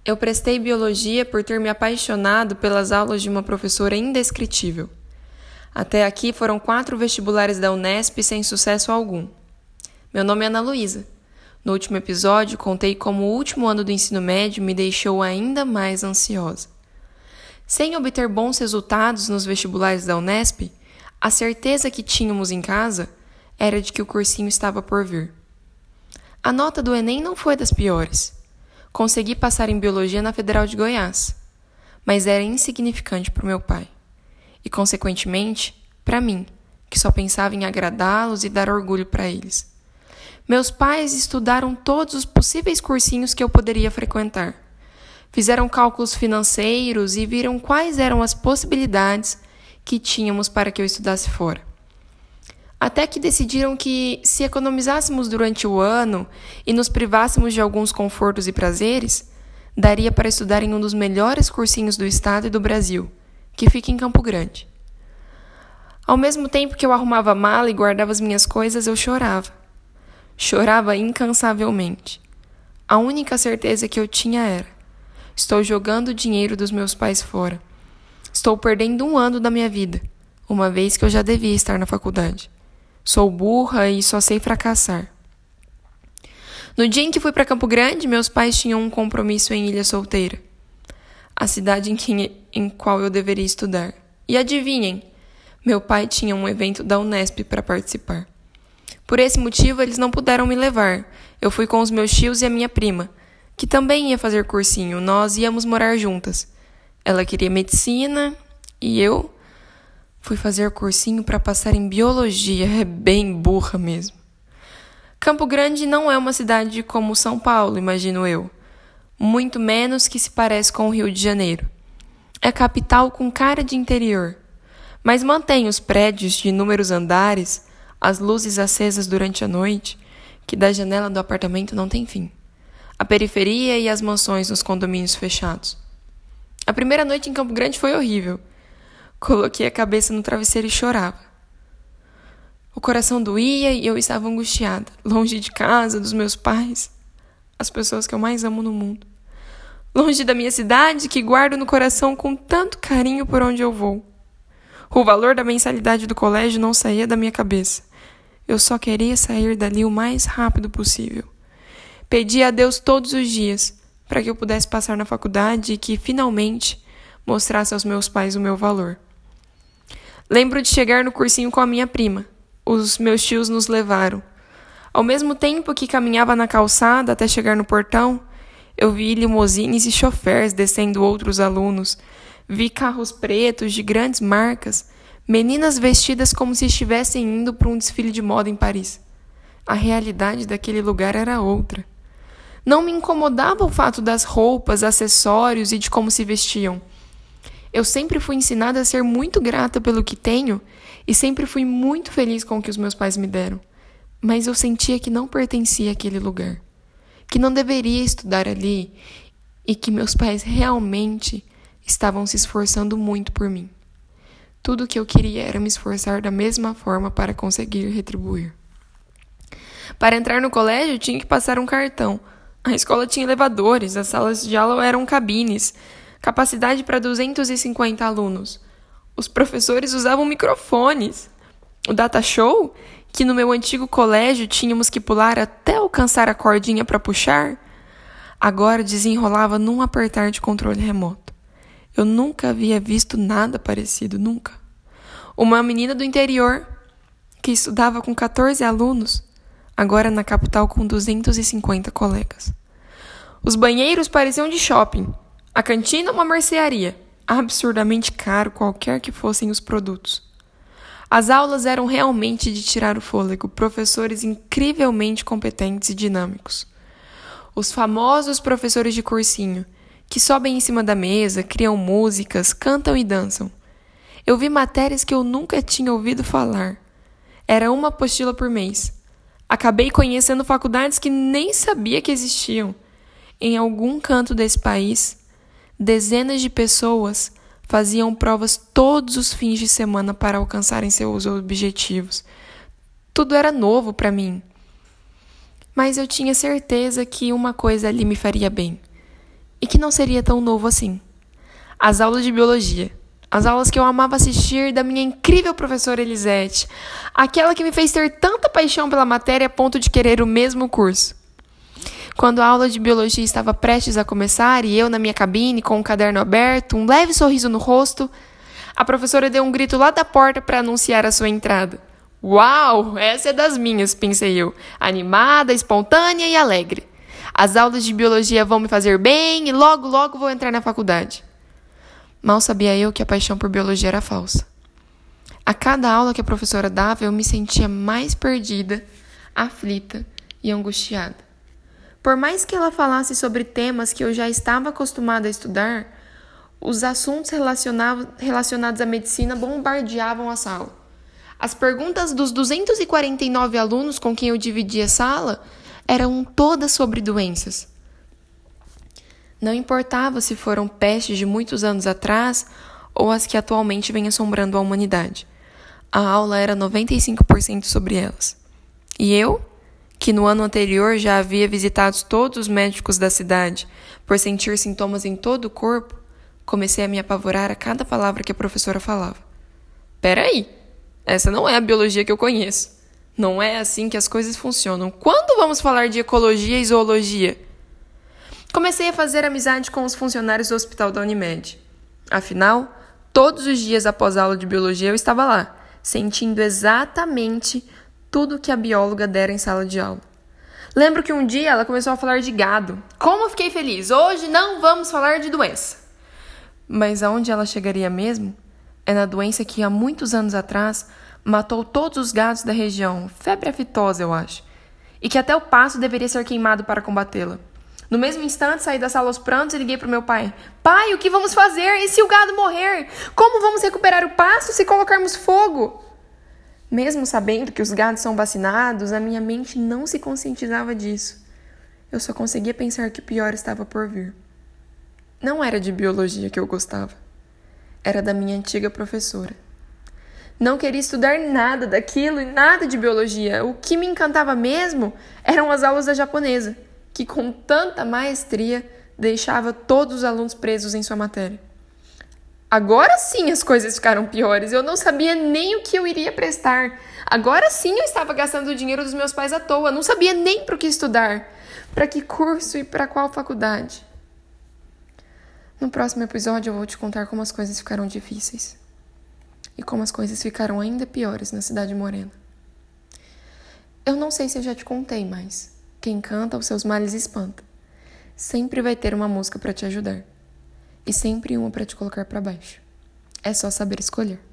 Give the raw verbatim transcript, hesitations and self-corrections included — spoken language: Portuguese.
Eu prestei biologia por ter me apaixonado pelas aulas de uma professora indescritível. Até aqui foram quatro vestibulares da Unesp sem sucesso algum. Meu nome é Ana Luísa. No último episódio, contei como o último ano do ensino médio me deixou ainda mais ansiosa. Sem obter bons resultados nos vestibulares da Unesp, a certeza que tínhamos em casa era de que o cursinho estava por vir. A nota do Enem não foi das piores. Consegui passar em Biologia na Federal de Goiás, mas era insignificante para o meu pai. E, consequentemente, para mim, que só pensava em agradá-los e dar orgulho para eles. Meus pais estudaram todos os possíveis cursinhos que eu poderia frequentar. Fizeram cálculos financeiros e viram quais eram as possibilidades que tínhamos para que eu estudasse fora. Até que decidiram que, se economizássemos durante o ano e nos privássemos de alguns confortos e prazeres, daria para estudar em um dos melhores cursinhos do estado e do Brasil, que fica em Campo Grande. Ao mesmo tempo que eu arrumava a mala e guardava as minhas coisas, eu chorava. Chorava incansavelmente. A única certeza que eu tinha era: estou jogando o dinheiro dos meus pais fora. Estou perdendo um ano da minha vida, uma vez que eu já devia estar na faculdade. Sou burra e só sei fracassar. No dia em que fui para Campo Grande, meus pais tinham um compromisso em Ilha Solteira, a cidade em, que, em qual eu deveria estudar. E adivinhem, meu pai tinha um evento da Unesp para participar. Por esse motivo, eles não puderam me levar. Eu fui com os meus tios e a minha prima, que também ia fazer cursinho. Nós íamos morar juntas. Ela queria medicina e eu fui fazer cursinho para passar em biologia. É bem burra mesmo. Campo Grande não é uma cidade como São Paulo, imagino eu. Muito menos que se parece com o Rio de Janeiro. É capital com cara de interior, mas mantém os prédios de inúmeros andares, as luzes acesas durante a noite, que da janela do apartamento não tem fim. A periferia e as mansões nos condomínios fechados. A primeira noite em Campo Grande foi horrível. Coloquei a cabeça no travesseiro e chorava. O coração doía e eu estava angustiada, longe de casa, dos meus pais, as pessoas que eu mais amo no mundo. Longe da minha cidade, que guardo no coração com tanto carinho por onde eu vou. O valor da mensalidade do colégio não saía da minha cabeça. Eu só queria sair dali o mais rápido possível. Pedia a Deus todos os dias para que eu pudesse passar na faculdade e que, finalmente, mostrasse aos meus pais o meu valor. Lembro de chegar no cursinho com a minha prima. Os meus tios nos levaram. Ao mesmo tempo que caminhava na calçada até chegar no portão, eu vi limousines e chofés descendo outros alunos. Vi carros pretos de grandes marcas, meninas vestidas como se estivessem indo para um desfile de moda em Paris. A realidade daquele lugar era outra. Não me incomodava o fato das roupas, acessórios e de como se vestiam. Eu sempre fui ensinada a ser muito grata pelo que tenho e sempre fui muito feliz com o que os meus pais me deram. Mas eu sentia que não pertencia àquele lugar, que não deveria estudar ali e que meus pais realmente estavam se esforçando muito por mim. Tudo o que eu queria era me esforçar da mesma forma para conseguir retribuir. Para entrar no colégio, tinha que passar um cartão. A escola tinha elevadores, as salas de aula eram cabines, capacidade para duzentos e cinquenta alunos. Os professores usavam microfones. O data show, que no meu antigo colégio tínhamos que pular até alcançar a cordinha para puxar, agora desenrolava num apertar de controle remoto. Eu nunca havia visto nada parecido, nunca. Uma menina do interior, que estudava com catorze alunos, agora na capital com duzentos e cinquenta colegas. Os banheiros pareciam de shopping. A cantina uma mercearia, absurdamente caro qualquer que fossem os produtos. As aulas eram realmente de tirar o fôlego, professores incrivelmente competentes e dinâmicos. Os famosos professores de cursinho, que sobem em cima da mesa, criam músicas, cantam e dançam. Eu vi matérias que eu nunca tinha ouvido falar. Era uma apostila por mês. Acabei conhecendo faculdades que nem sabia que existiam. Em algum canto desse país, dezenas de pessoas faziam provas todos os fins de semana para alcançarem seus objetivos. Tudo era novo para mim. Mas eu tinha certeza que uma coisa ali me faria bem. e que não seria tão novo assim. As aulas de biologia. As aulas que eu amava assistir da minha incrível professora Elisete. Aquela que me fez ter tanta paixão pela matéria a ponto de querer o mesmo curso. Quando a aula de biologia estava prestes a começar e eu na minha cabine com o caderno aberto, um leve sorriso no rosto, a professora deu um grito lá da porta para anunciar a sua entrada. Uau, essa é das minhas, pensei eu, animada, espontânea e alegre. As aulas de biologia vão me fazer bem e logo, logo vou entrar na faculdade. Mal sabia eu que a paixão por biologia era falsa. A cada aula que a professora dava, eu me sentia mais perdida, aflita e angustiada. Por mais que ela falasse sobre temas que eu já estava acostumada a estudar, os assuntos relacionados à medicina bombardeavam a sala. As perguntas dos duzentos e quarenta e nove alunos com quem eu dividia a sala eram todas sobre doenças. Não importava se foram pestes de muitos anos atrás ou as que atualmente vêm assombrando a humanidade. A aula era noventa e cinco por cento sobre elas. E eu, que no ano anterior já havia visitado todos os médicos da cidade por sentir sintomas em todo o corpo, comecei a me apavorar a cada palavra que a professora falava. Peraí, essa não é a biologia que eu conheço. Não é assim que as coisas funcionam. Quando vamos falar de ecologia e zoologia? Comecei a fazer amizade com os funcionários do hospital da Unimed. Afinal, todos os dias após a aula de biologia eu estava lá, sentindo exatamente tudo que a bióloga dera em sala de aula. Lembro que um dia ela começou a falar de gado. Como eu fiquei feliz! Hoje não vamos falar de doença. Mas aonde ela chegaria mesmo? É na doença que há muitos anos atrás matou todos os gados da região, febre aftosa, eu acho, e que até o pasto deveria ser queimado para combatê-la. No mesmo instante, saí da sala aos prantos e liguei para o meu pai. Pai, o que vamos fazer? E se o gado morrer? Como vamos recuperar o pasto se colocarmos fogo? Mesmo sabendo que os gados são vacinados, a minha mente não se conscientizava disso. Eu só conseguia pensar que o pior estava por vir. Não era de biologia que eu gostava. Era da minha antiga professora. Não queria estudar nada daquilo e nada de biologia. O que me encantava mesmo eram as aulas da japonesa, que com tanta maestria deixava todos os alunos presos em sua matéria. Agora sim as coisas ficaram piores, eu não sabia nem o que eu iria prestar. Agora sim eu estava gastando o dinheiro dos meus pais à toa, não sabia nem para o que estudar, para que curso e para qual faculdade. No próximo episódio eu vou te contar como as coisas ficaram difíceis e como as coisas ficaram ainda piores na Cidade Morena. Eu não sei se eu já te contei, mas quem canta os seus males espanta. Sempre vai ter uma música para te ajudar. E sempre uma para te colocar para baixo. É só saber escolher.